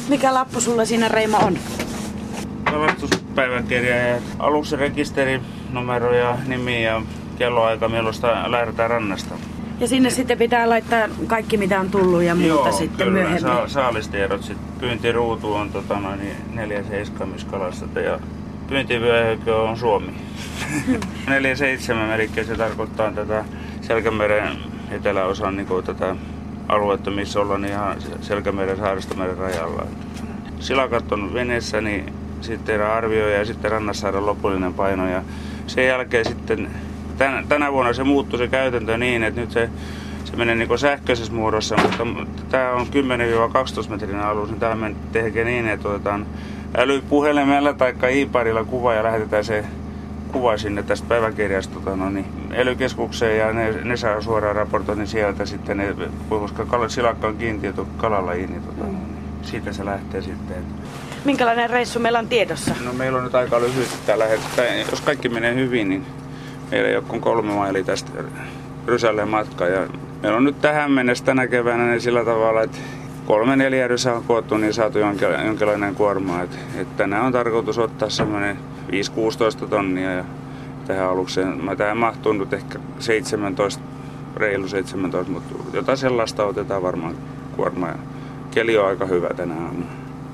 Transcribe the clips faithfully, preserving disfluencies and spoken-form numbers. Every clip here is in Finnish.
Mikä lappu sulla siinä, Reima, on? Kalastuspäiväkirja ja aluksi rekisterinumero ja nimi ja kelloaika, milloin lähdetään rannasta. Ja sinne sitten pitää laittaa kaikki, mitä on tullut ja muuta. Joo, sitten kyllä, myöhemmin. Sa- saalistiedot. Sitten pyyntiruutu on tota, noin, neljä seitsemän, missä kalastat, ja pyyntivyöhyke on Suomi. neljä seitsemän, eli se tarkoittaa tätä Selkämeren eteläosan niin kuin, tätä aluetta, missä ollaan ihan Selkämeren Saaristomeren rajalla. Silakat on veneessä, niin sitten tehdään arvio ja sitten rannassa saadaan lopullinen paino. Ja sen jälkeen sitten tänä, tänä vuonna se muuttui se käytäntö niin, että nyt se, se menee niin kuin sähköisessä muodossa, mutta tämä on kymmenen kaksitoista metrinen alus, niin tämä tekee niin, että otetaan älypuhelimella tai i-parilla kuva ja lähetetään se kuva sinne tästä päiväkirjasta tota, no niin, ely-keskukseen ja ne, ne saa suoraan raportoinnin sieltä sitten, ne, koska kal- silakka on kiintiöty kalalajiin, niin, tota, mm. niin siitä se lähtee sitten. Minkälainen reissu meillä on tiedossa? No meillä on nyt aika lyhyesti tällä hetkellä. Jos kaikki menee hyvin, niin meillä ei ole kuin kolme mailia tästä rysälle matkaa. Ja meillä on nyt tähän mennessä tänä keväänä niin sillä tavalla, että kolme neljä rysää on koottu, niin saatu jonkinlainen kuorma. Et, et tänään on tarkoitus ottaa semmoinen viisi kuusitoista tonnia ja tähän alukseen. Mä tähän mahtuu nyt ehkä seitsemäntoista, reilu seitsemäntoista, mutta jotain sellaista otetaan varmaan kuorma. Ja keli on aika hyvä tänä aamuna.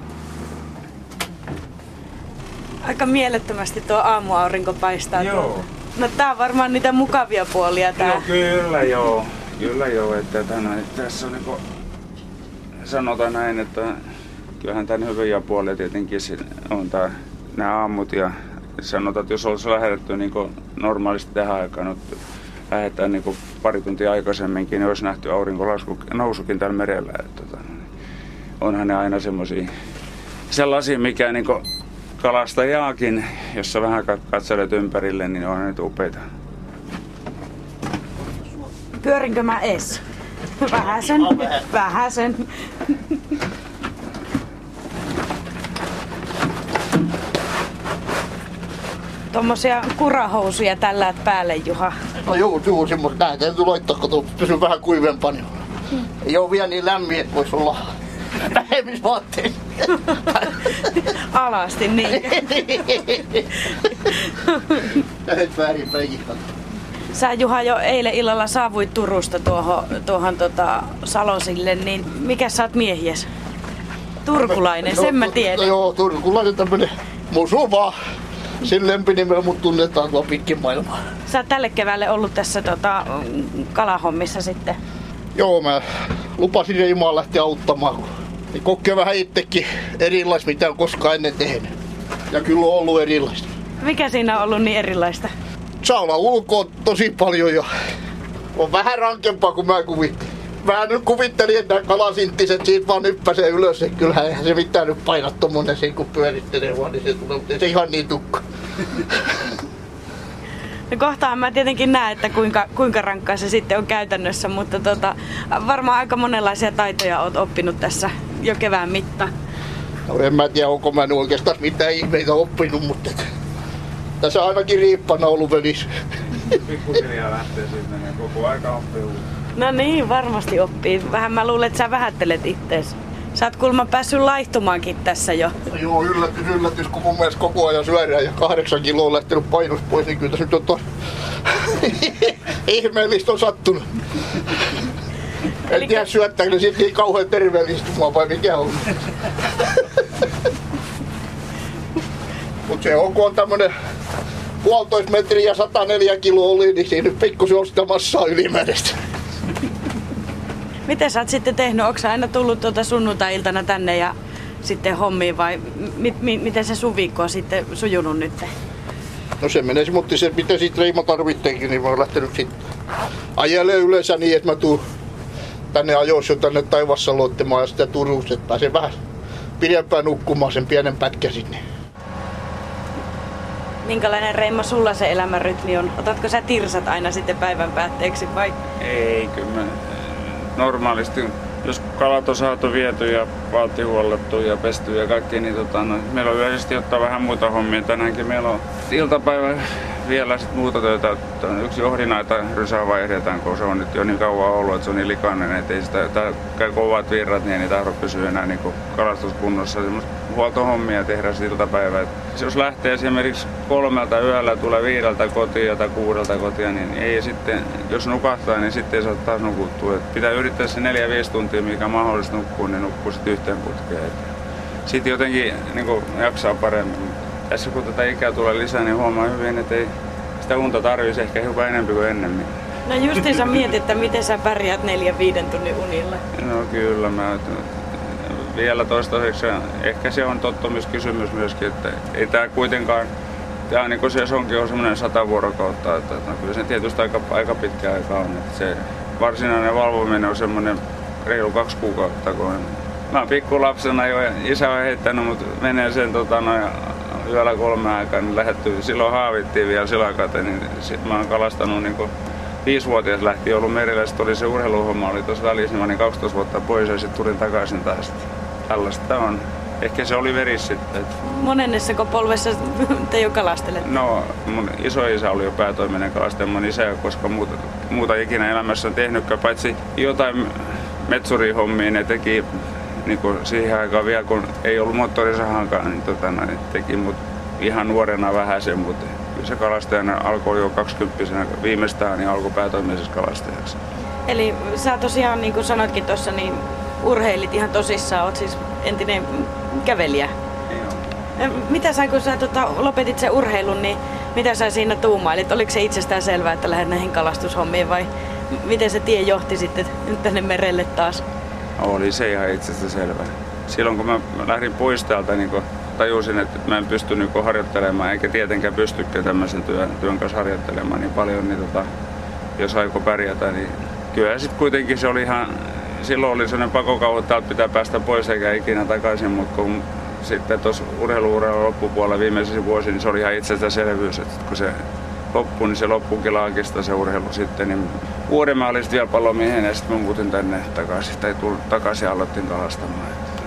Aika mielettömästi tuo aamuaurinko paistaa. Joo. Tuolta. No tää on varmaan niitä mukavia puolia tää. Joo, kyllä joo. Kyllä joo, että tänään, tässä on niinku, sanotaan näin, että kyllähän tämän hyviä puolia tietenkin on tää, nämä aamut ja sanotaan, että jos olisi lähdetty niinku normaalisti tähän aikaan, että lähdetään niinku pari tuntia aikaisemminkin, niin olisi nähty aurinkolasku nousukin täällä merellä. Että, tota, onhan ne aina semmosia sellaisia, mikä niinku kalastajaakin, jos sä vähän katselet ympärille, niin on nyt upeita. Pyörinkö mä ees? Vähäsen, vähäsen. Tommosia kurahousuja tällä päälle, Juha. No joo, joo, semmoista. Nää täytyy laittaa, kun pysyy vähän kuivempana. Hmm. Ei oo vielä niin lämmin, että vois olla vähemmissä vaatteissa. Alasti, niin. Lähet väärinpäin. Sä, Juha, jo eilen illalla saavuit Turusta tuohon, tuohon tota, Salosille, niin mikä sä oot miehies? Turkulainen, sen mä tiedän. No, joo, turkulainen tämmönen musu vaan. Sen lempinimellä mut tunnetaan tuolla pitkin maailmaa. Sä oot tälle keväälle ollut tässä tota, kalahommissa sitten? Joo, mä lupasin Reimaa lähteä auttamaan. Niin kokee vähän itsekin erilaista, mitä on koskaan ennen tehnyt. Ja kyllä on ollut erilaista. Mikä siinä on ollut niin erilaista? Saa olla ulkoa tosi paljon ja on vähän rankempaa kuin mä kuvittelin. Mä nyt kuvittelin, että kalasinttiset siitä vaan nyppäsee ylös. Et kyllähän eihän se mitään nyt paina tommonen siinä kun pyörittelee vaan, niin se tulee, mutta ei se ihan niin tukka. No kohtaan mä tietenkin näen, että kuinka, kuinka rankkaa se sitten on käytännössä, mutta tota, varmaan aika monenlaisia taitoja oot oppinut tässä jo kevään mitta. No en mä tiedä, onko mä nyt oikeastaan mitään ihmeitä oppinut, mutta et, tässä ainakin riippana ollut välissä. Pikkuhiljaa lähtee siitä ja koko aika oppii uutta. No niin, varmasti oppii. Vähän mä luulen, että sä vähättelet ittees. Sä oot kuulemma päässyt laihtumaankin tässä jo. No joo, yllätys, yllätys, kun mun mielestä koko ajan syödään ja kahdeksan kiloa on lähtenyt painosta pois, niin kyllä tässä nyt on tos... ihmeellistä on sattunut. En Elikkä... tiedä syöttääkö ne sit niin kauhean terveellistä mua vai mikä on. Mut se on, kun on tämmönen puolitoista metriä ja sata neljä kiloa oli, niin siinä nyt pikkusen on sitä massaa ylimääräistä. Miten sä oot sitten tehnyt? Onko sä aina tullut tuota sunnuntai-iltana tänne ja sitten hommiin vai mi- mi- miten se sun viikko on sitten sujunut nyt? No se menee se, mutta se mitä siitä Reima tarvitteekin, niin mä oon lähtenyt sitten ajelemaan yleensä niin, että mä tuun tänne ajois jo tänne Taivassaloittemaan ja sitä Turusta, että pääsen vähän pidempään nukkumaan sen pienen pätkän sinne. Minkälainen, Reima, sulla se elämänrytmi on? Otatko sä tirsat aina sitten päivän päätteeksi vai? Ei, kyllä mä normaalisti, jos kalat on saatu viety ja valti huollettu ja pesty ja kaikki, niin tota, no, meillä on yleisesti ottaa vähän muita hommia. Tänäänkin meillä on iltapäivä vielä sit muuta työtä. Yksi johdinaita rysää vaihdetaan, kun se on nyt jo niin kauan ollut, että se on niin likainen, että ei sitä, käy kovat virrat, niin ei tahdo pysyä enää niin kalastuskunnossa. Huoltohommia tehdään iltapäivää. Jos lähtee esimerkiksi kolmelta yöllä, tulee viideltä kotiin tai kuudelta kotiin, niin ei sitten, jos nukahtaa, niin sitten ei saa taas nukuttua. Et pitää yrittää se neljä viisi tuntia, mikä on mahdollista nukkua, niin nukkuu sitten yhteen putkeen. Sitten jotenkin niin kuin jaksaa paremmin. Tässä kun tätä ikää tulee lisää, niin huomaa hyvin, että ei sitä unta tarvitsisi ehkä hiukan enemmän kuin ennemmin. No justiinsa mietit, että miten sä pärjäät neljän viiden tunnin unilla. No kyllä, mä vielä toistaiseksi, ehkä se on tottumiskysymys myöskin, että ei tää kuitenkaan, tää niin kuin sesonkin on semmoinen sata vuorokautta, että no, kyllä se tietysti aika, aika pitkä aika on. Että se varsinainen valvominen on semmoinen reilu kaksi kuukautta, kun mä oon pikkulapsena jo, isä on heittänyt mut menee sen tota, no, yöllä kolme aikaa, niin lähdetty, silloin haavittiin vielä silakat, niin sit mä oon kalastanut niin viisivuotias lähti ollut merillä, sitten oli se urheiluhomma, oli tuossa välissä, niin mä olin kaksitoista vuotta pois ja sitten tulin takaisin taas. Tällaista on. Ehkä se oli verissä sitten. Monennessako polvessa te jo kalastelette? No, mun isoisä oli jo päätoiminen kalastaja, mun isä ei ole koskaan muuta, muuta ikinä elämässä tehnytkään, paitsi jotain metsurihommia ne teki niin siihen aikaan vielä, kun ei ollut moottorisahankaan, niin, tota, niin teki mut ihan nuorena vähän sen, mutta se kalastajana alkoi jo kaksikymppisenä viimeistään, niin alkoi päätoimisessa kalastajaksi. Eli sä tosiaan, niin kuin sanoitkin tuossa, niin urheilit ihan tosissaan, oot siis entinen kävelijä. Joo. Mitä sä, kun sä tota, lopetit sen urheilun, niin mitä sä siinä tuumailit? Oliko se itsestään selvää, että lähdet näihin kalastushommiin vai miten se tie johti sitten tänne merelle taas? Oli se ihan itsestään selvää. Silloin kun mä lähdin pois täältä, niin tajusin, että mä en pysty niin harjoittelemaan, eikä tietenkään pystykään tämmöisen työn, työn kanssa harjoittelemaan niin paljon, niin tota, jos aikoi pärjätä, niin kyllä sitten kuitenkin se oli ihan, silloin oli sellainen pakokauhu, että täältä pitää päästä pois eikä ikinä takaisin, mutta kun sitten tuossa urheilu-urheilun loppupuolella viimeisissä vuosina, niin se oli ihan itsestäänselvyys, että kun se loppui, niin se loppuukin laakista se urheilu sitten, niin Uudenmaa oli sitten vielä palomiehen ja sitten mä muutin tänne takaisin, tai tulin takaisin ja aloittiin kalastamaan.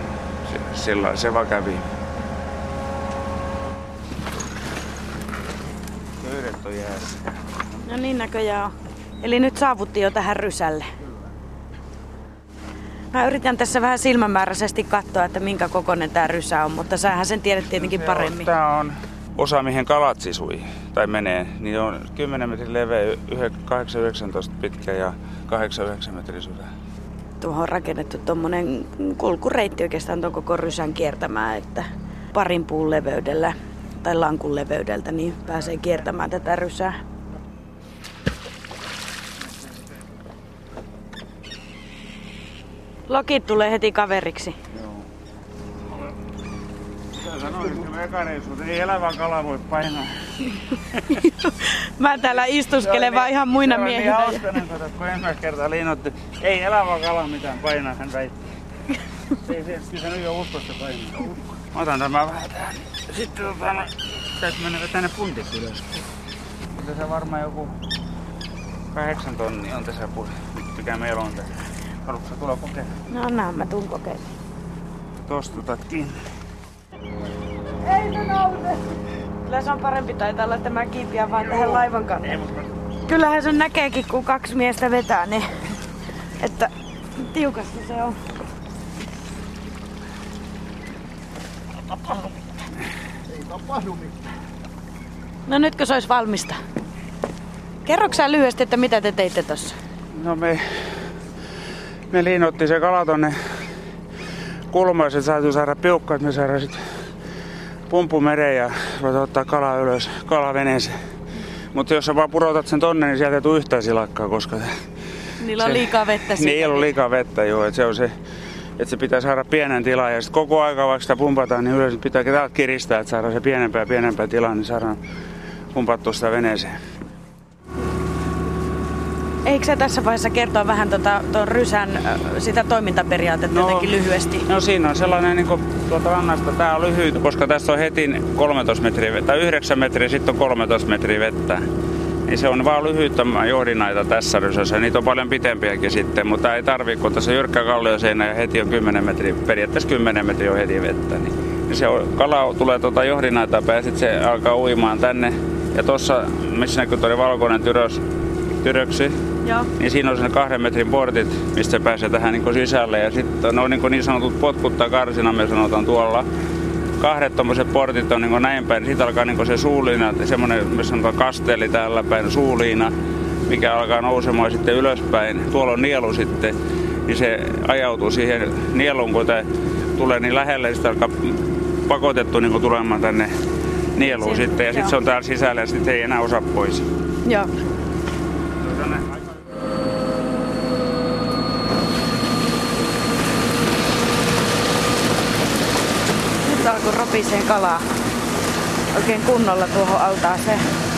Sillä se vaan kävi. Köydet on jäässä. No niin näköjään on. Eli nyt saavuttiin jo tähän rysälle. Mä yritän tässä vähän silmämääräisesti katsoa, että minkä kokoinen tää rysä on, mutta sähän sen tiedät tietenkin no, paremmin. Tää on osa, mihin kalat sisui tai menee. Niin on kymmenen metrin leveä, kahdeksan yhdeksäntoista pitkä ja kahdeksan yhdeksän metrin syvä. Tuohon on rakennettu tommonen kulkureitti oikeastaan tuon koko rysän kiertämään, että parin puun leveydellä tai lankun leveydeltä niin pääsee kiertämään tätä rysää. Lokit tulee heti kaveriksi. Joo. Sä sanoit, että eka reissu, ei elävä kala voi painaa. Mä täällä istuskelen vaan ihan muina miehinä. Se on niin hauskainen, kun ensimmäistä kertaa liinoitti. Ei elävä kala mitään painaa, hän väitti. Ei se, kyllä se nyt jo uskosta painaa. Mä otan tämän vähän tähän. Sitten tota, täytyy mennä tänne puntit ylös. Tässä varmaan joku kahdeksan tonnia on tässä puolella. Mikä meillä on tässä. Haluatko sä tulla kokeilemaan? No annahan mä tuun kokeilemaan. Tosta otat kiinni. Ei se nouse! Kyllä se on parempi taitaa olla, että mä kiipiän vaan tähän laivan kanteen. Kyllähän se näkeekin, kun kaksi miestä vetää, niin että tiukasti se on. Ei tapahdu mitään. No nytkö se olisi valmista? Kerroksä sä lyhyesti, että mitä te teitte tossa? No me, me liinottiin se kala tonne kulmaan, että saatu saada piukka, että me saadaan sit pumpu mereen ja ruveta ottaa kalaa ylös, kalaveneeseen. Mutta jos sä vaan pudotat sen tonne, niin sieltä ei tule yhtään silakkaa, koska niillä on se, liikaa vettä siitä. Niillä on liikaa vettä, joo. Että se on se, että se pitää saada pienen tilan ja sitten koko aika vaikka sitä pumpataan, niin yleensä pitää täältä kiristää, että saadaan se pienempää ja pienempää tilaa, niin saadaan pumpattua sitä veneeseen. Eikö sä tässä vaiheessa kertoa vähän tota, ton rysän sitä toimintaperiaatetta no, jotenkin lyhyesti? No siinä on sellainen niin kuin tuolta rannasta, tää on lyhyt, koska tässä on heti kolmetoista metriä vettä, tai yhdeksän metriä, sitten on kolmetoista metriä vettä. Niin se on vaan lyhyttä johdinaita tässä rysässä, niitä on paljon pitempiäkin sitten, mutta ei tarvitse, kun tässä on jyrkkä kallioseinä ja heti on kymmenen metriä, periaatteessa kymmenen metriä on heti vettä. Niin se on, kala tulee tuota johdinaita päin ja sitten se alkaa uimaan tänne. Ja tuossa missä näkyy tuo valkoinen tyrös, tyröksy. Joo. Niin siinä on ne kahden metrin portit, mistä pääsee tähän niin sisälle. Ja sitten on niin, niin sanotut potkut tai karsina, me sanotaan tuolla. Kahdet tommoset portit on niin näin päin. Siitä alkaa niin se suuliina, semmoinen, me sanotaan kasteeli täällä päin, suuliina, mikä alkaa nousemaan sitten ylöspäin. Tuolla on nielu sitten, niin se ajautuu siihen nieluun, kun tämä tulee niin lähelle, niin sitä alkaa pakotettu niin tulemaan tänne nieluun Siin, sitten. Ja sitten se on täällä sisällä ja sitten ei enää osaa pois. Joo. Nyt alkoi ropisee kalaa oikein kunnolla tuohon altaaseen.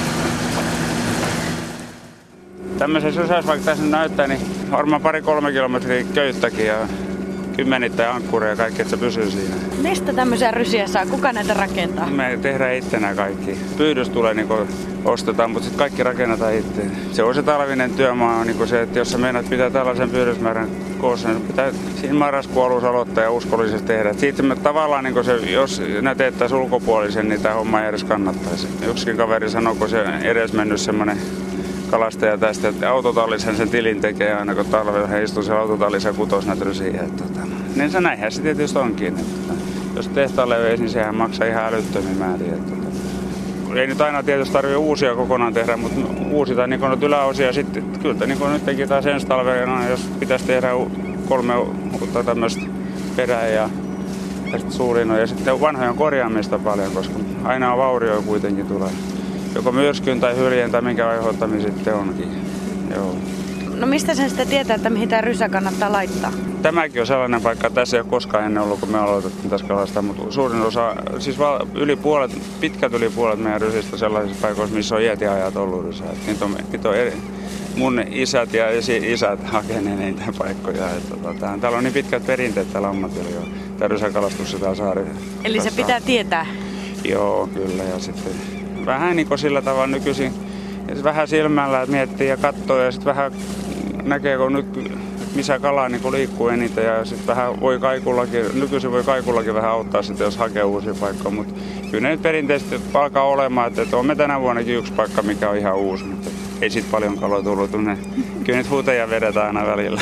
Tämmöisessä osassa, vaikka tässä näyttää, niin varmaan pari-kolme kilometriä köyttäkin ja kymmenittäin ankkuria ja kaikki, että se pysyy siinä. Mistä tämmöisiä rysiä saa? Kuka näitä rakentaa? Me tehdään itsenään kaikki. Pyydys tulee niin kuin ostetaan, mutta sitten kaikki rakennetaan itse. Se on se talvinen työmaa, niin kuin se, että jos sä meinaat pitää tällaisen pyydysmäärän koossa, niin pitää siinä marraskuun alussa aloittaa ja uskollisesti tehdä. Siitä me tavallaan, niin se, jos nää teettäisiin ulkopuolisen, niin tämä homma ei edes kannattaisi. Yksikin kaveri sanoi, kun se edes mennyt semmoinen kalastaja tästä, että autotallisen sen tilin tekee aina, kun talvella hän istuu siellä autotallissa ja kutos näitä rysiä. Niin se näinhän se tietysti onkin. Että, jos tehtaalle veisi, niin sehän maksaa ihan älyttömiä määriä. Että, ei nyt aina tietysti tarvitse uusia kokonaan tehdä, mutta uusitaan niin nyt yläosia. Sitten, kyllä niin nyt teki taas ensi talvena, jos pitäisi tehdä kolme uutta tämmöistä perää ja, ja sitten suurin on. Ja sitten vanhojen korjaamista paljon, koska aina on vaurioja kuitenkin tulee. Joko myrskyn tai hyljen tai minkä aiheuttaminen sitten onkin. Joo. No mistä sen sitten tietää, että mihin tämä rysä kannattaa laittaa? Tämäkin on sellainen paikka, tässä ei ole koskaan ennen ollut, kun me aloitettiin tässä kalastaa, mutta suurin osa, siis yli puolet, pitkät yli puolet meidän rysistä sellaisissa paikoissa, missä on iätiajat ollut rysää. Niitä on, niitä on eri, mun isät ja esi-isät hakeneet niitä paikkoja. Että, tota, täällä on niin pitkät perinteet täällä ammatilla jo, tämä rysäkalastuksessa täällä saarilla. Eli se pitää tietää? Joo, kyllä. Ja sitten vähän niin kuin sillä tavalla nykyisin, vähän silmällä että miettii ja katsoo ja sitten vähän näkee, kun nyt missä kala niin liikkuu eniten ja sitten vähän voi kaikullakin, nykyisin voi kaikullakin vähän auttaa sitten, jos hakee uusia paikkoja, mutta kyllä ne nyt perinteisesti alkaa olemaan, että, että on me tänä vuonnakin yksi paikka, mikä on ihan uusi, mutta ei siitä paljon kaloja tullut, ne, kyllä nyt huteja vedetään aina välillä.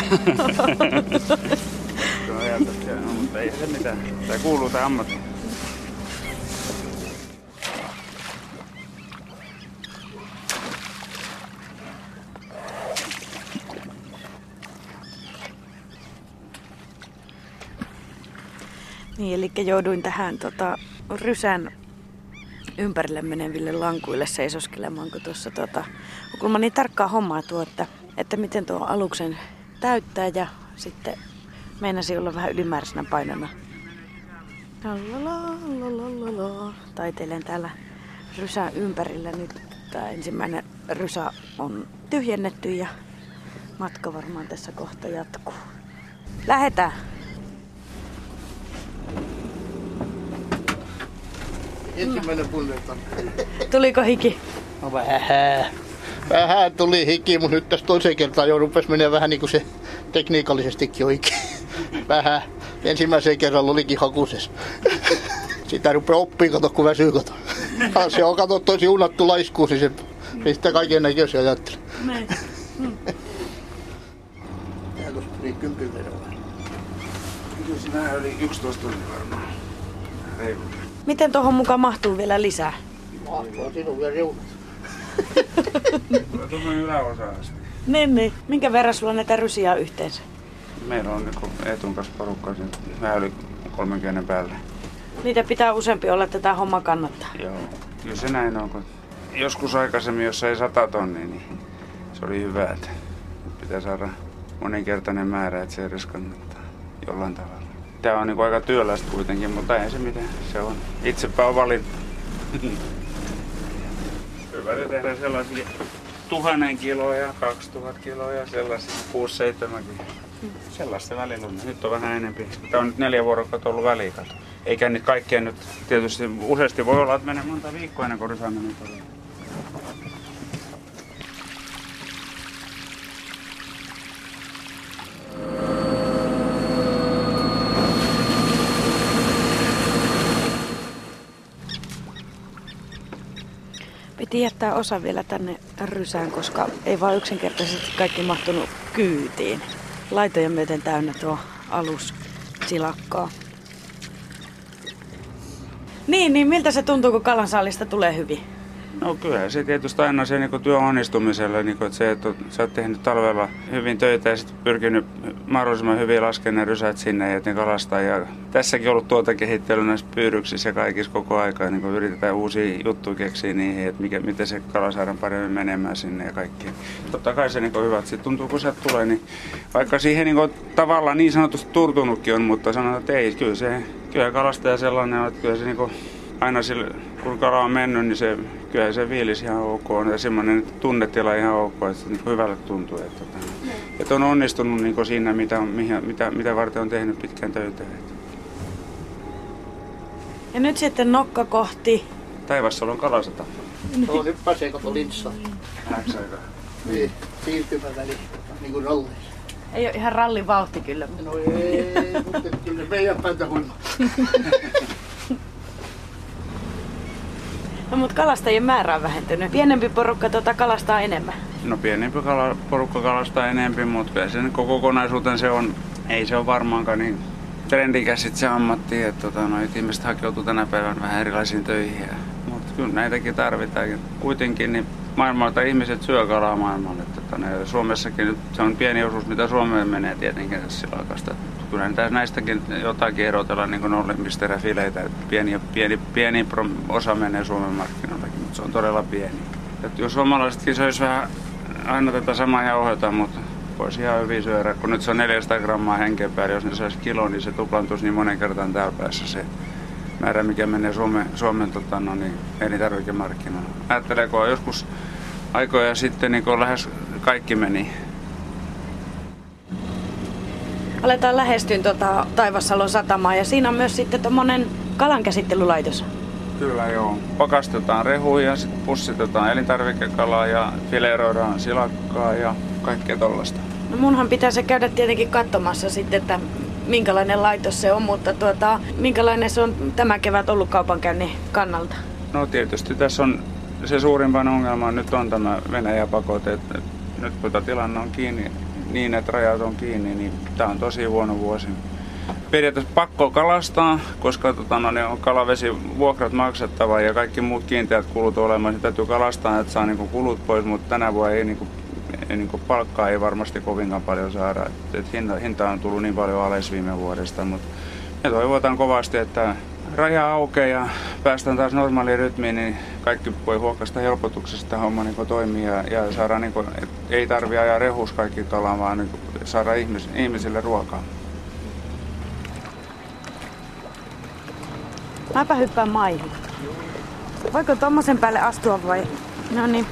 No, mutta ei se mitään, tämä kuuluu tämä ammatti. Niin, eli jouduin tähän tota, rysän ympärille meneville lankuille seisoskelemaan, kun tuossa tota, kun mä niin tarkkaa hommaa tuo, että, että miten tuo aluksen täyttää ja sitten meinasi olla vähän ylimääräisenä painona. Taiteilen täällä rysän ympärillä nyt. Tämä ensimmäinen rysä on tyhjennetty ja matka varmaan tässä kohta jatkuu. Lähetään! Ensimmäinen punnerta. Tuliko hiki? No vähän. Vähän tuli hiki, mutta nyt tässä toiseen kertaan jo rupesi menee vähän niin kuin se tekniikallisestikin hiki. Vähän. Ensimmäisen kerralla olikin hakusessa. Sitä rupeaa oppii, kato kun väsyy, kato. Se on kato tosi unattu laiskuus, niin se pistää kaiken näköisiä ajattele. Näin. Hmm. Täällä olisi tuli kympin veroa. Kyllä siinä oli yksitoista tuntia varmaan. Reilu. Miten tuohon mukaan mahtuu vielä lisää? Mahtuu sinun vielä reunat. Tuohon yläosa asti. Niin, niin. Minkä verran sulla näitä rysiä on yhteensä? Meillä on Eetun kanssa porukkaa vähän yli kolmenkymmenen päälle. Niitä pitää useampi olla, että tämä homma kannattaa. Joo, kyllä se näin on. Kun joskus aikaisemmin, jos ei sata tonnia, niin se oli hyvä. Että pitää saada moninkertainen määrä, että se edes kannattaa jollain tavalla. Tämä on niin kuin aika työlästä kuitenkin, mutta ei se mitään. Se on itsepä on valinnut. Hyvä tehdä sellaisia tuhannen kiloa ja kaksituhatta kiloa ja sellaisia kuusi seitsemänkin. Sellaista välillä on. Nyt on vähän enempi. Tämä on nyt neljä vuorokautta ollut väliin. Eikä nyt kaikkea nyt tietysti useasti voi olla, että menee monta viikkoa ennen kuin rysä menee todella. piti jättää osa vielä tänne rysään, koska ei vaan yksinkertaisesti kaikki mahtunut kyytiin. Laitojen myöten täynnä tuo alus silakkaa. Niin, niin miltä se tuntuu, kun kalansaalista tulee hyvin? No kyllä se tietysti aina se niin työn onnistumiselle, niin kuin, että se, että sä oot tehnyt talvella hyvin töitä ja sitten pyrkinyt mahdollisimman hyvin laskemaan ne rysät sinne ja ne kalastaa. Ja tässäkin on ollut tuota kehittelyä näissä pyydyksissä ja kaikissa koko aikaa, niin kun yritetään uusia juttuja keksiä niihin, että mikä, miten se kala saadaan paremmin menemään sinne ja kaikki. Totta kai se niin hyvä, että sitten tuntuu kun sieltä tulee, niin vaikka siihen niin tavallaan niin sanotusti turtunutkin on, mutta sanotaan, että ei, kyllä se kyllä kalastaja sellainen on, että kyllä se niin kuin, aina sillä, kun kala on mennyt, niin se, kyllä se fiilis ihan ok on ja semmoinen tunnetila ihan ok, että se niin hyvälle tuntuu. Että, että on onnistunut niin siinä, mitä, mitä, mitä varten on tehnyt pitkään töitä. Ja nyt sitten nokka kohti. Taivassalo on kalasata. No nyt pääsee kato linssaan. Näetkö aika? Niin, siirtymäväli, niin kuin ralleissa. Ei ole ihan rallin vauhti kyllä. No ei, mutta kyllä meidän päältä huimaa. No mutta kalastajien määrä on vähentynyt. Pienempi porukka tuota kalastaa enemmän. No pienempi kala, porukka kalastaa enemmän, mutta kyllä sen kokonaisuuteen se on, ei se ole varmaankaan niin trendikäs sit se ammatti, että tota, no, ihmiset hakeutuu tänä päivänä vähän erilaisiin töihin. Mutta kyllä näitäkin tarvitaan. Kuitenkin niin maailmalta ihmiset syö kalaa maailmalle. Tota, ne, Suomessakin nyt se on pieni osuus, mitä Suomeen menee tietenkin silakasta. Kyllä näistäkin jotakin erotellaan niin kuin nollimister ja fileitä. Pieni, pieni, pieni osa menee Suomen markkinoillekin, mutta se on todella pieni. Et jos suomalaisetkin söisi vähän aina tätä samaa jauhota, mutta voisi ihan hyvin syödä. Kun nyt se on neljäsataa grammaa henkeä päälle, jos ne saisi kilo, niin se tuplantuisi niin monen kertaan täällä päässä se määrä, mikä menee Suomen, Suomen tota, no niin, elintarvikemarkkinoille. Ajatteleeko joskus aikoja sitten, niin kun lähes kaikki meni. Aletaan lähestyä tuota Taivassalon satamaa ja siinä on myös sitten tommonen kalankäsittelylaitos. Kyllä joo. Pakastetaan rehuja, sitten pussitetaan elintarvikekalaa ja fileroidaan silakkaa ja kaikkea tollaista. No munhan pitää se käydä tietenkin katsomassa sitten, että minkälainen laitos se on, mutta tuota, minkälainen se on tämä kevät ollut kaupankäynnin kannalta? No tietysti tässä on se suurimpana ongelma nyt on tämä Venäjän pakote. Nyt kun tämä tilanne on kiinni niin, että rajat on kiinni, niin tämä on tosi huono vuosi. Periaatteessa pakko kalastaa, koska tota, no, ne on kalavesivuokrat maksettava ja kaikki muut kiinteät kulut olemassa. Niin täytyy kalastaa, että saa niinku kulut pois, mutta tänä vuonna ei, niinku, ei, niinku, palkkaa ei varmasti kovinkaan paljon saada. Et, et hinta, hinta on tullut niin paljon alas viime vuodesta, mutta me toivotaan kovasti, että raja aukeaa ja päästään taas normaaliin rytmiin, niin kaikki voi huokasta helpotuksesta homma niin toimii ja, ja saada, niin kuin, ei tarvitse ajaa rehus kaikki kalaan, vaan niin saada ihmis, ihmisille ruokaa. Mäpä hyppään maihin. Voiko tommosen päälle astua vai? No niin.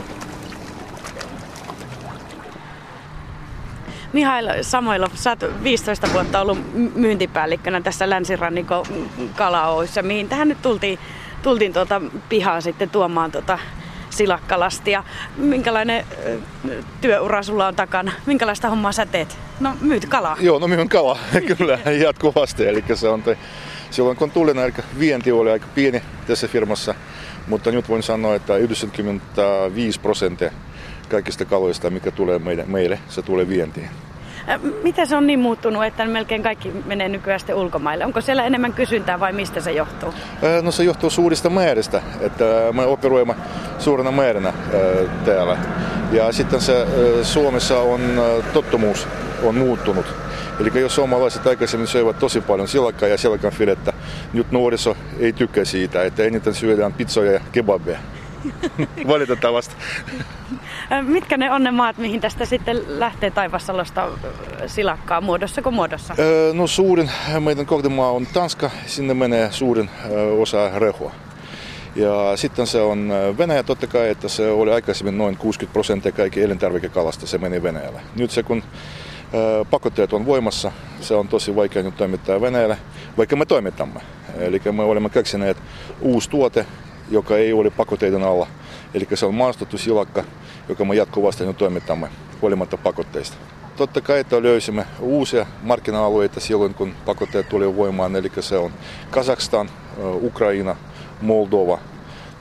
Mihail Samoilov, sä oot viisitoista vuotta ollut myyntipäällikkönä tässä Länsirannikon Kala Oy:ssä, mihin tähän nyt tultiin, tultiin tuota pihaan sitten tuomaan tuota silakkalastia. Minkälainen työura sulla on takana? Minkälaista hommaa sä teet? No myyt kalaa. Joo, no myyn kalaa kyllä jatkuvasti. Eli se on te, silloin kun tulin, aika vienti oli aika pieni tässä firmassa, mutta nyt voin sanoa, että yhdeksänkymmentäviisi prosenttia kaikista kaloista, mikä tulee meille, meille, se tulee vientiin. Mitä se on niin muuttunut, että melkein kaikki menee nykyään sitten ulkomaille? Onko siellä enemmän kysyntää vai mistä se johtuu? No se johtuu suurista määristä, että me operoimme suurena määränä täällä. Ja sitten se Suomessa on tottumus on muuttunut. Eli jos suomalaiset aikaisemmin söivät tosi paljon silakkaa ja silakan filettä, nyt nuoriso ei tykkää siitä, että eniten syödään pizzoja ja kebabeja. Valitettavasti. Mitkä ne on ne maat, mihin tästä sitten lähtee Taivassalosta silakkaa muodossa kuin muodossa? No suurin meidän kohdemaa on Tanska, sinne menee suurin osa rehua. Ja sitten se on Venäjä totta kai, että se oli aikaisemmin noin kuusikymmentä prosenttia kaikki elintarvikekalasta, se meni Venäjälle. Nyt se kun pakotteet on voimassa, se on tosi vaikea nyt toimittaa Venäjälle, vaikka me toimitamme. Eli me olemme keksineet uusi tuote, joka ei ole pakotteiden alla. Eli se on maastettu silakka, joka me jatkuvasti nyt toimitamme huolimatta pakotteista. Totta kai, että löysimme uusia markkina-alueita silloin, kun pakotteet tuli voimaan. Eli se on Kazakstan, Ukraina, Moldova,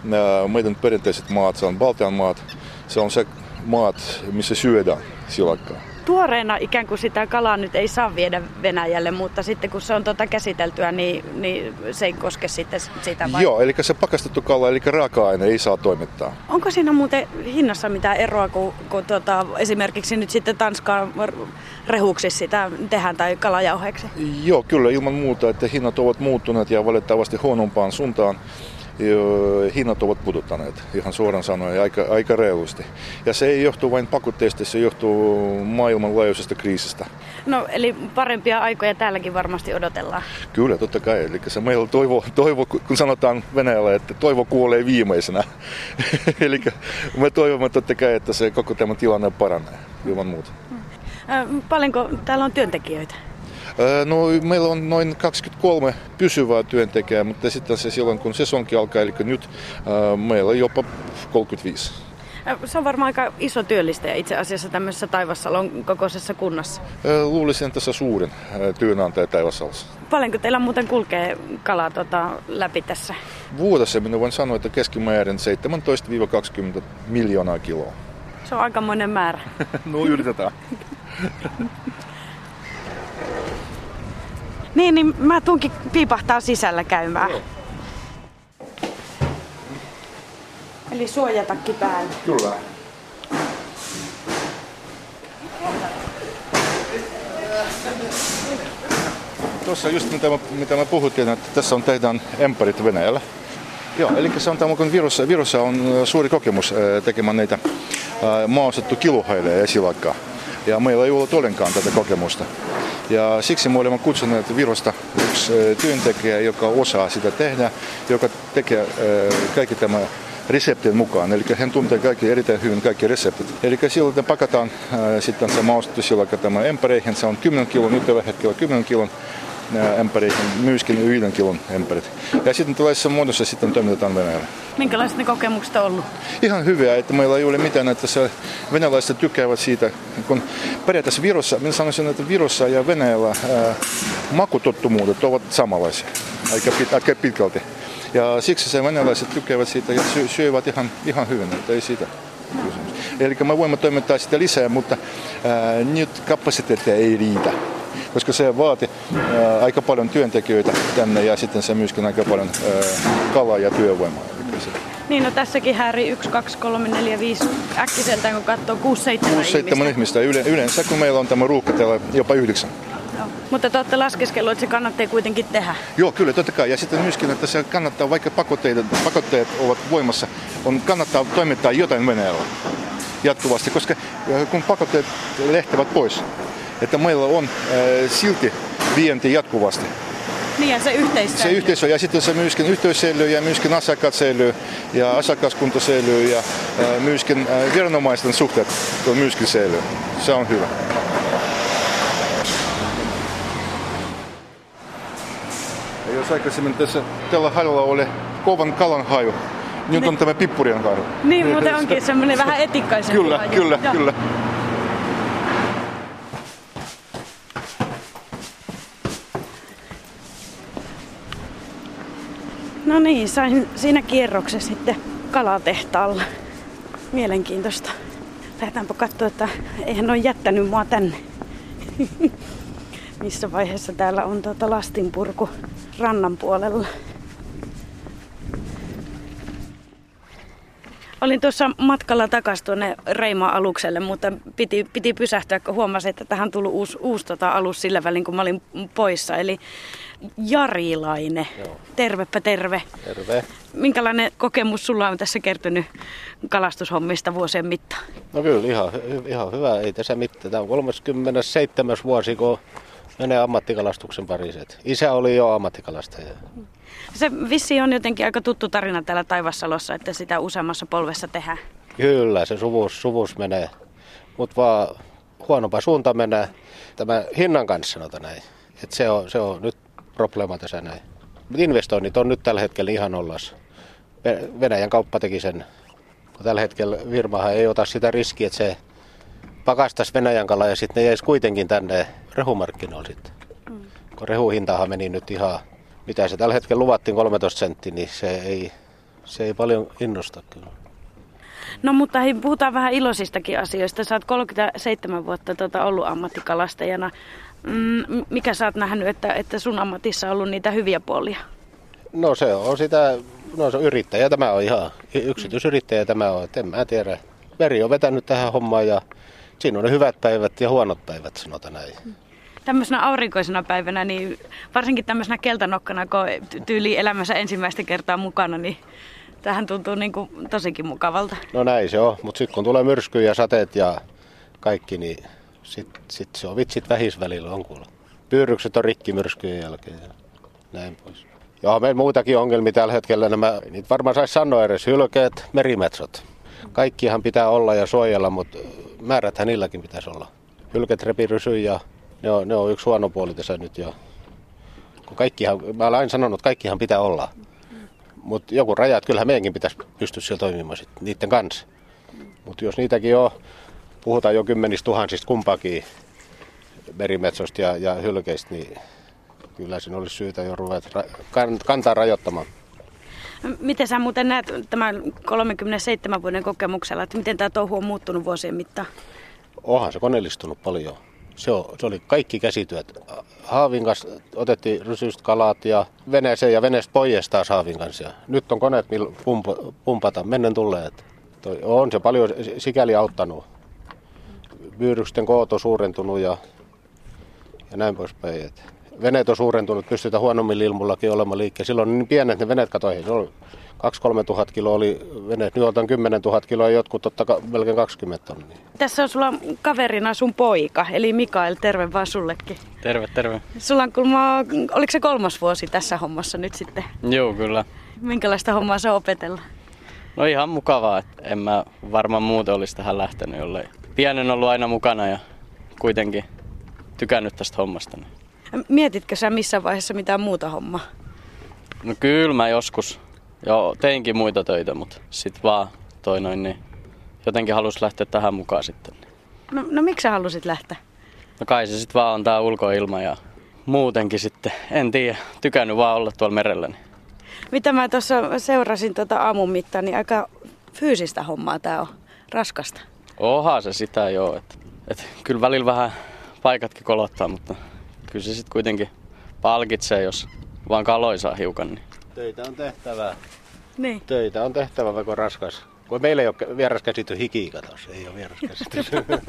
Meidän perinteiset maat, se on Baltian maat, se on se maat, missä syödään silakkaa. Tuoreena ikään kuin sitä kalaa nyt ei saa viedä Venäjälle, mutta sitten kun se on tuota käsiteltyä, niin, niin se ei koske sitten sitä vai? Joo, eli se pakastettu kala, eli raaka-aine ei saa toimittaa. Onko siinä muuten hinnassa mitään eroa, kun, kun tuota, esimerkiksi nyt sitten Tanskan rehuksissa sitä tehdään tai kalajauheeksi? Joo, kyllä ilman muuta, että hinnat ovat muuttuneet ja valitettavasti huonompaan suuntaan. Hinnat ovat pudottaneet, ihan suoraan sanoen, aika, aika reilusti. Ja se ei johtu vain pakotteista, se johtuu maailmanlaajuisesta kriisistä. No, eli parempia aikoja täälläkin varmasti odotellaan. Kyllä, totta kai. Eli se meillä on toivo, toivo, kun sanotaan Venäjällä, että toivo kuolee viimeisenä. Eli me toivomme totta kai, että se koko tämä tilanne paranee ilman muuta. Paljonko täällä on työntekijöitä? No, meillä on noin kaksikymmentäkolme pysyvää työntekijää, mutta sitten se silloin kun sesonki alkaa, eli nyt meillä on jopa kolmekymmentäviisi. Se on varmaan aika iso työllistäjä itse asiassa tämmöisessä Taivassalon kokoisessa kunnassa. Luulisin tässä suurin työnantaja Taivassalossa. Paljonko teillä muuten kulkee kalaa tota, läpi tässä? Vuodessa minä voin sanoa, että keskimäärin seitsemäntoista kaksikymmentä miljoonaa kiloa. Se on aikamoinen määrä. No yritetään. Niin, niin mä tuunkin piipahtaa sisällä käymään. Joo. Eli suojatakki päällä. Kyllä. Tuossa just mitä me, mitä me puhuttiin, että tässä on tehdään ämpärit Venäjällä. Joo, eli se on tämä, kun Virossa, Virossa on suuri kokemus tekemään näitä maastettu kilohaileja ja silakkaa. Ja meillä ei ollut ollenkaan tätä kokemusta. Ja siksi me olemme kutsuneet Virosta yksi työntekijä, joka osaa sitä tehdä, joka tekee kaikki tämä reseptin mukaan. Eli hän tuntee kaikki erittäin hyvin kaikki reseptit. Eli silloin pakataan sitten se maustettu silakka tämä ämpäreihin. Se on kymmenen kilon, nyt tällä hetkellä kymmenen kilon ämpäreihin, myöskin yhden kilon ämpärit. Ja sitten tällaisessa muodossa sitten toimitetaan Venäjällä. Minkälaiset ne kokemukset on ollut? Ihan hyviä, että meillä ei ole mitään, että se venäläiset tykkäävät siitä, kun periaatteessa Virossa, minä sanoisin, että Virossa ja Venäjällä ää, makutottomuudet ovat samanlaisia, aika, pit, aika pitkälti. Ja siksi se venäläiset tykkäävät siitä ja sy- syövät ihan, ihan hyvin, että ei siitä kysymys. Eli me voimme toimittaa sitä lisää, mutta ää, nyt kapasiteettia ei riitä. Koska se vaati ää, aika paljon työntekijöitä tänne ja sitten se myöskin aika paljon ää, kalaa ja työvoimaa. Niin, no tässäkin häiri yksi, kaksi, kolme, neljä, viisi äkkiseltään, kun katsoo kuusi, seitsemän ihmistä. kuusi, seitsemän ihmistä. Yle, yleensä kun meillä on tämä ruuhka täällä jopa yhdeksän. Joo. Mutta te olette laskeskellut, että se kannattaa kuitenkin tehdä. Joo, kyllä, totta kai. Ja sitten myöskin, että se kannattaa, vaikka pakotteet, pakotteet ovat voimassa, on kannattaa toimittaa jotain Venäjällä jatkuvasti, koska kun pakotteet lähtevät pois, että meillä on äh, silti vienti jatkuvasti. Niin ja se yhteisö. Se yhteisö ja sitten se myöskin yhteys säilyy ja myöskin asiakkaat säilyy ja asiakaskunta säilyy ja äh, myöskin äh, viranomaisten suhteet on myöskin säilyy. Se on hyvä. Ja jos aikaisemmin tässä tällä hajalla oli kovan kalan haju, nyt on tämä pippurien haju. Niin, mutta onkin semmoinen vähän etikkaisempi Kyllä, haju. kyllä, Joo. kyllä. No niin, sain siinä kierroksessa sitten kalatehtaalla. Mielenkiintoista. Lähdetäänpä katsoa, että eihän ole jättänyt mua tänne. Missä vaiheessa täällä on tuota lastinpurku rannan puolella. Olin tuossa matkalla takaisin tuonne Reima-alukselle, mutta piti, piti pysähtyä, kun huomasin, että tähän on tullut uusi, uusi tota alus sillä välin, kun mä olin poissa. Eli Jarilainen. Joo. Tervepä terve. Terve. Minkälainen kokemus sulla on tässä kertynyt kalastushommista vuosien mittaan? No kyllä, ihan, ihan hyvä. Ei tässä mitään. Tämä on kolmaskymmenesseitsemäs vuosi, kun menee ammattikalastuksen pariin. Isä oli jo ammattikalastaja. Se vissi on jotenkin aika tuttu tarina täällä Taivassalossa, että sitä useammassa polvessa tehdään. Kyllä, se suvus, suvus menee. Mutta vaan huonompaa suunta menee. Tämä hinnan kanssa sanotaan näin. Et se, on, se on nyt probleema tässä näin. Investoinnit on nyt tällä hetkellä ihan ollas. Venäjän kauppa teki sen. Tällä hetkellä firmahan ei ota sitä riskiä, että se pakastaisi Venäjän kalaa ja sitten ne jäisi kuitenkin tänne rehumarkkinoille sitten. Mm. Kun rehuhintahan meni nyt ihan, mitä se tällä hetkellä luvattiin kolmetoista senttiä, niin se ei se ei paljon innosta kyllä. No mutta hei, puhutaan vähän iloisistakin asioista. Sä oot kolmekymmentäseitsemän vuotta tuota, ollut ammattikalastajana. Mm, mikä sä oot nähnyt, että, että sun ammatissa on ollut niitä hyviä puolia? No se on sitä, no se on yrittäjä, tämä on ihan yksityisyrittäjä tämä on, että en mä tiedä. Veri on vetänyt tähän hommaan ja siinä on ne hyvät päivät ja huonot päivät, sanotaan näin. Tämmöisenä aurinkoisena päivänä, niin varsinkin tämmöisenä keltanokkana, kun tyyli elämässä ensimmäistä kertaa mukana, niin tämähän tuntuu niin kuin tosikin mukavalta. No näin se on, mutta sitten kun tulee myrskyjä ja sateet ja kaikki, niin sitten sit se on vitsit vähisvälillä on kuulla. Pyyrrykset on rikki myrskyjen jälkeen ja näin pois. Joo, meillä muitakin ongelmia tällä hetkellä. Nämä, niitä varmaan saisi sanoa edes hylkeet, merimetsot. Kaikkihan pitää olla ja suojella, mutta määräthän niilläkin pitäisi olla. Hylkeet repirysy ja ne on, ne on yksi huono puoli tässä nyt jo. Kun kaikkihan, mä olen aina sanonut, että kaikkihan pitää olla. Mutta joku rajat, kyllähän meidänkin pitäisi pystyä siellä toimimaan sit, niiden kanssa. Mutta jos niitäkin on, puhutaan jo kymmenistä tuhansista kumpaakin merimetsosta ja, ja hylkeistä, niin kyllä siinä olisi syytä jo ruveta kantaa rajoittamaan. Miten sä muuten näet tämän kolmekymmentäseitsemän vuoden kokemuksella, että miten tämä touhu on muuttunut vuosien mittaan? Onhan se koneellistunut paljon. Se, on, se oli kaikki käsityöt. Haavin kanssa otettiin rysystä kalat ja veneeseen ja veneestä pois taas haavin kanssa. Ja nyt on koneet, millä pump- pumpata, mennen tulee. On se paljon sikäli auttanut. Vyyryksten koot on suurentunut ja, ja näin poispäin. Et veneet on suurentunut, pystytään huonommilla ilmullakin olemaan liikkeellä. Silloin on niin pienet ne veneet katoihin. Se oli kaksi kolme tuhatta kiloa oli veneet. Nyt otan kymmenen tuhatta kiloa ja jotkut totta melkein kaksikymmentä tonnia. Tässä on sulla kaverina sun poika, eli Mikael. Terve vaan sullekin. Terve, terve. Sulla on kulma, oliko se kolmas vuosi tässä hommassa nyt sitten? Joo, kyllä. Minkälaista hommaa se opetella? No ihan mukavaa, että en mä varmaan muuten olisi tähän lähtenyt, jollei pienen ollut aina mukana ja kuitenkin tykännyt tästä hommasta. Mietitkö sä missään vaiheessa mitään muuta hommaa? No kyllä mä joskus jo teinkin muita töitä, mutta sit vaan toi noin niin jotenkin halusi lähteä tähän mukaan sitten. No, no miksi sä halusit lähteä? No kai se sit vaan on tää ulkoilma ja muutenkin sitten, en tiedä, tykännyt vaan olla tuolla merellä. Niin. Mitä mä tuossa seurasin tuota aamun mittaan, niin aika fyysistä hommaa tää on, raskasta. Oha se sitä joo, että et, kyllä välillä vähän paikatkin kolottaa, mutta kyllä se sitten kuitenkin palkitsee, jos vaan kaloi saa hiukan. Niin. Töitä on tehtävää. Niin. Töitä on tehtävä, vaikka on raskas. Kun meillä ei ole vieraskäsity hikiikatos, ei ole vieraskäsitys.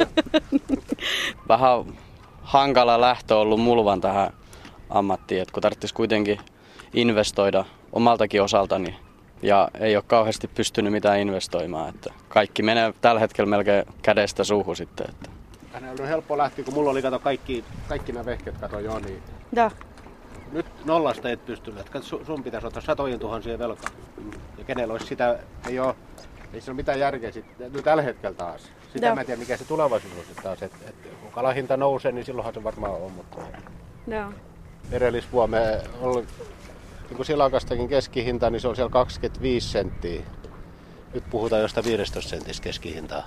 Vähän hankala lähtö ollut mulvan tähän ammattiin, että kun tarvitsisi kuitenkin investoida omaltakin osaltani ja ei ole kauheasti pystynyt mitään investoimaan. Että kaikki menee tällä hetkellä melkein kädestä suuhun sitten. Että. Hänellä on helppo lähteä, kun mulla oli kato kaikki, kaikki nämä vehket, kato jo, niin Joo. nyt nollasta et pystynyt. Sun pitäisi ottaa satojen tuhansia velkaa. Ja kenellä olisi sitä, ei ole, ei se ole mitään järkeä sitten, nyt tällä hetkellä taas. Sitä Joo. mä en tiedä, mikä se tulevaisuus on taas. Et, et, kun kalahinta nousee, niin silloinhan se varmaan on. Mutta Joo. edellisvuonna me oli, niin kuin silakastakin keskihinta, niin se on siellä kaksikymmentäviisi senttiä. Nyt puhutaan jostain viisitoista sentistä keskihintaa.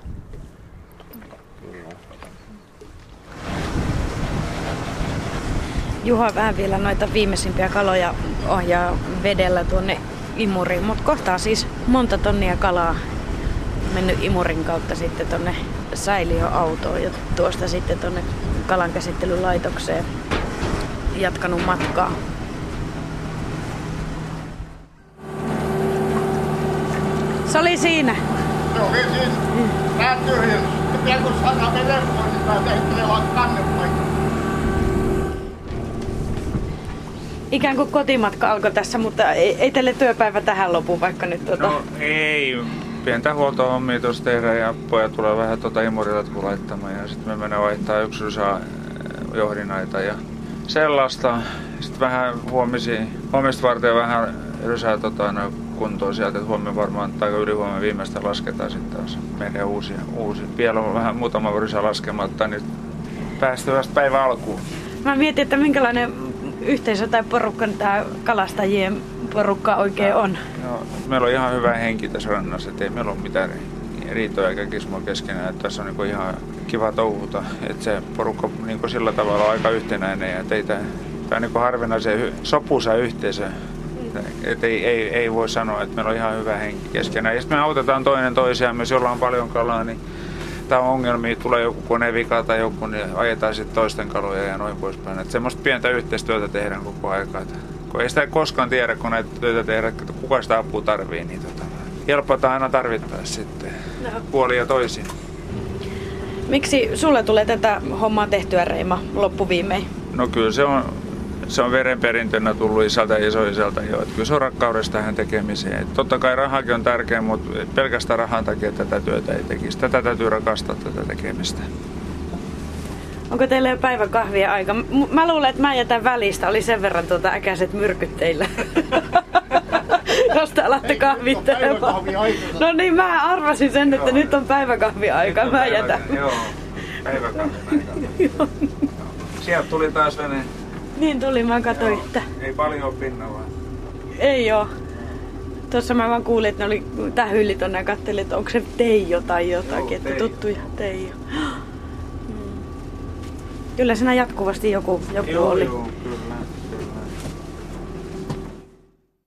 Juha vähän vielä noita viimeisimpiä kaloja ohjaa vedellä tuonne imuriin, mutta kohtaa siis monta tonnia kalaa mennyt imurin kautta sitten tonne säiliöautoon ja tuosta sitten tonne kalankäsittelylaitokseen jatkanut matkaa. Se oli siinä. Se oli siinä. Tää tyhjennys. Sitten kun saadaan veden pois, niin tää tehtää vaan kannepaikka. Ikään kuin kotimatka alkoi tässä, mutta ei, ei teille työpäivä tähän lopu, vaikka nyt tuota... No ei, pientä huoltohommia tuossa tehdään ja pojat tulee vähän tuota imurilatku laittamaan ja sitten me mennään vaihtaa yksi rysä johdinaita ja sellaista. Sitten vähän huomisin, huomista varten vähän rysää tota, no, kuntoon sieltä, että huomenna varmaan tai ylihuomenna viimeistä lasketaan sitten taas meidän uusia, uusia. Vielä on vähän muutama rysä laskematta, niin päästään vasta päivän alkuun. Mä mietin, että minkälainen yhteisö tai porukka tämä kalastajien porukka oikein on. No, meillä on ihan hyvä henki tässä rannassa, ettei meillä ole mitään riitoja eikä kismoa keskenään. Että tässä on niin ihan kiva touhuta, että se porukka niin sillä tavalla on aika yhtenäinen ja teitä, tämä on niin harvinaisen sopuisa yhteisö. Että, et ei, ei, ei voi sanoa, että meillä on ihan hyvä henki keskenään. Ja sitten me autetaan toinen toisiaan, jos jolla on paljon kalaa, niin tämä on ongelmia, tulee joku konevika tai joku, niin ajetaan sitten toisten kaloja ja noin poispäin. Että semmoista pientä yhteistyötä tehdään koko aika. Että, kun ei sitä koskaan tiedä, kun näitä töitä tehdään, että kuka sitä apua tarvii, niin tota, helpotaan aina tarvittaessa sitten no. puolin ja toisin. Miksi sulle tulee tätä hommaa tehtyä, Reima, loppuviimein? No kyllä se on, se on verenperintönä tullut isältä ja isoisältä jo. Että kyllä se on rakkaudesta tähän tekemiseen. Et totta kai rahakin on tärkeä, mutta pelkästään rahan takia tätä työtä ei tekisi. Tätä täytyy rakastaa tätä tekemistä. Onko teillä jo päiväkahvia aika? M- mä luulen, että mä jätän välistä. Oli sen verran tuota äkäiset myrkyt teillä. Jos te alatte kahvittelemaan. No niin, mä arvasin sen, että joo, nyt on päiväkahvi-aika. Mä jätän. Joo, päiväkahvi-aika. Sieltä tuli taas vene. Niin tuli, mä katsoin. Että... Ei paljon ole pinnalla. Ei oo. Tuossa mä vaan kuulin, että ne oli tähylli tonne ja katselin, että onko se Teijo tai jotakin. Joo, että Teijo. Tuttuja Teijo. Kyllä siinä jatkuvasti joku, joku joo, oli. Joo, kyllä.